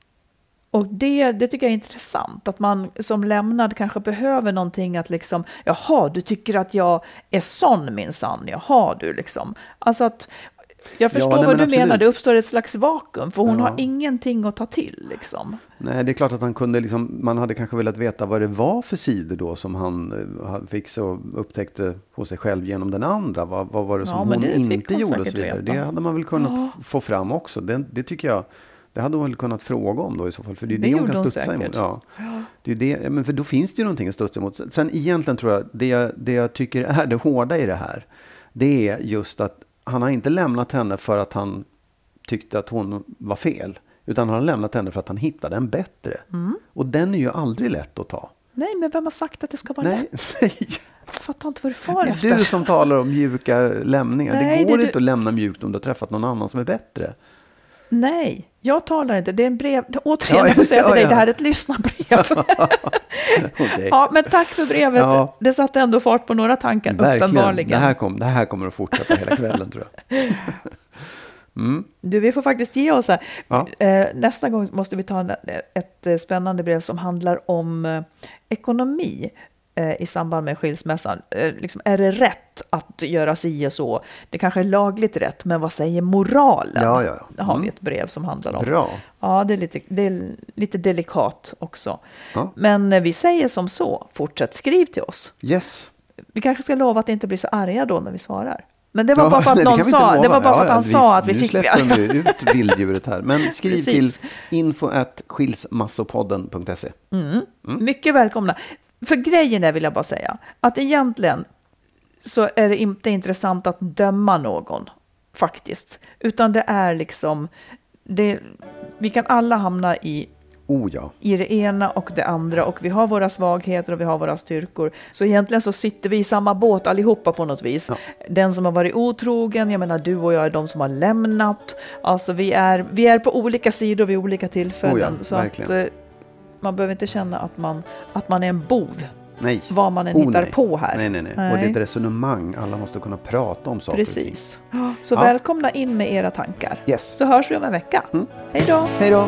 Och det, det tycker jag är intressant. Att man som lämnad kanske behöver någonting att liksom, jaha, du tycker att jag är sån minsann, jaha du liksom. Alltså att, jag förstår ja, nej, vad du absolut. menar, det uppstår ett slags vakuum, för hon ja. har ingenting att ta till liksom. Nej, det är klart att han kunde liksom, man hade kanske velat veta vad det var för sidor då som han fick så upptäckte hos sig själv genom den andra. Vad, vad var det som ja, hon det inte hon gjorde och så vidare. Veta. Det hade man väl kunnat ja. få fram också. Det, det tycker jag, det hade hon väl kunnat fråga om då i så fall. För det är det, det hon kan studsa säkert. emot. Ja. Ja. Det är det, men för då finns det ju någonting att studsa emot. Sen egentligen tror jag, det jag, det jag tycker är det hårda i det här, det är just att han har inte lämnat henne för att han tyckte att hon var fel. Utan han har lämnat henne för att han hittade en bättre. Mm. Och den är ju aldrig lätt att ta. Nej, men vem har sagt att det ska vara nej, lätt? Nej. Jag fattar inte vad du far efter. efter. Det är du som talar om mjuka lämningar. Nej, det går det inte du... att lämna mjukt om du har träffat någon annan som är bättre. Nej, jag talar inte. Det är en brev. Återigen, ja, jag får säga till ja, dig, ja. det här är ett lyssnarbrev. Okay. Ja, men tack för brevet. Ja. Det satte ändå fart på några tankar, verkligen. Uppenbarligen. Det här, kom, det här kommer att fortsätta hela kvällen, tror jag. Mm. Du, vi får faktiskt ge oss här. Ja. Eh, nästa gång måste vi ta en, ett, ett spännande brev som handlar om eh, ekonomi eh, i samband med skilsmässan. Eh, liksom, är det rätt att göra si och så? Det kanske är lagligt rätt, men vad säger moralen? Ja, ja, ja. Det har vi ett brev som handlar om. Bra. Ja, det är lite, det är lite delikat också. Ja. Men eh, vi säger som så, fortsätt skriv till oss. Yes. Vi kanske ska lova att inte bli så arga då när vi svarar. Men det var ja, bara för att någon sa, det var bara för att han ja, sa att vi nu fick... Nu släpper de ut vilddjuret här. Men skriv till info at skilsmassopodden punkt se. Mm. Mm. Mycket välkomna. För grejen är, vill jag bara säga, att egentligen så är det inte intressant att döma någon, faktiskt. Utan det är liksom, det, vi kan alla hamna i Oh ja. i det ena och det andra, och vi har våra svagheter och vi har våra styrkor. Så egentligen så sitter vi i samma båt allihopa på något vis. Ja. Den som har varit otrogen, jag menar du och jag är de som har lämnat. Alltså vi är, vi är på olika sidor vid olika tillfällen. Oh ja, så verkligen. att man behöver inte känna att man, att man är en bov. Nej. Vad man än oh, hittar nej. på här. Nej, nej, nej, nej. Och det är ett resonemang. Alla måste kunna prata om saker. Precis. Så ja. välkomna in med era tankar. Yes. Så hörs vi om en vecka. Mm. Hej då. Hej då.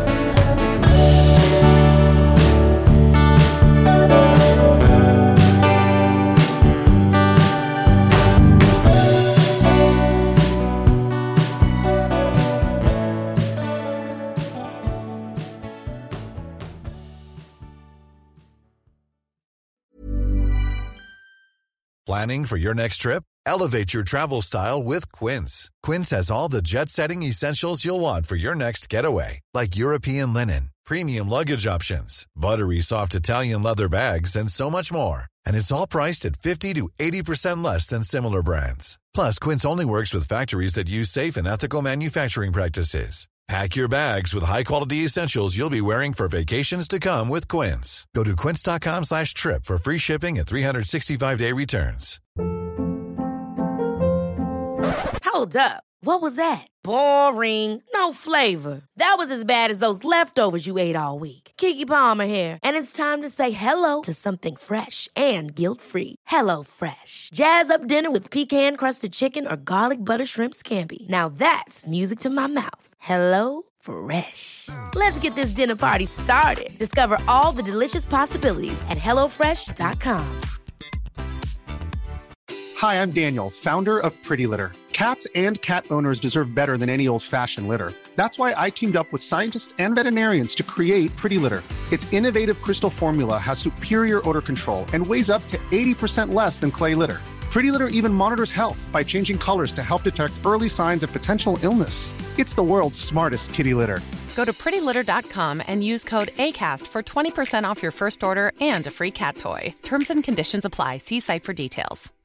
Planning for your next trip? Elevate your travel style with Quince. Quince has all the jet-setting essentials you'll want for your next getaway, like European linen, premium luggage options, buttery soft Italian leather bags, and so much more. And it's all priced at fifty to eighty percent less than similar brands. Plus, Quince only works with factories that use safe and ethical manufacturing practices. Pack your bags with high-quality essentials you'll be wearing for vacations to come with Quince. Go to quince.com slash trip for free shipping and three sixty-five day returns. Hold up. What was that? Boring. No flavor. That was as bad as those leftovers you ate all week. Keke Palmer here, and it's time to say hello to something fresh and guilt-free. Hello Fresh. Jazz up dinner with pecan-crusted chicken or garlic butter shrimp scampi. Now that's music to my mouth. Hello Fresh. Let's get this dinner party started. Discover all the delicious possibilities at hello fresh dot com. Hi, I'm Daniel, founder of Pretty Litter. Cats and cat owners deserve better than any old-fashioned litter. That's why I teamed up with scientists and veterinarians to create Pretty Litter. Its innovative crystal formula has superior odor control and weighs up to eighty percent less than clay litter. Pretty Litter even monitors health by changing colors to help detect early signs of potential illness. It's the world's smartest kitty litter. Go to pretty litter dot com and use code ACAST for twenty percent off your first order and a free cat toy. Terms and conditions apply. See site for details.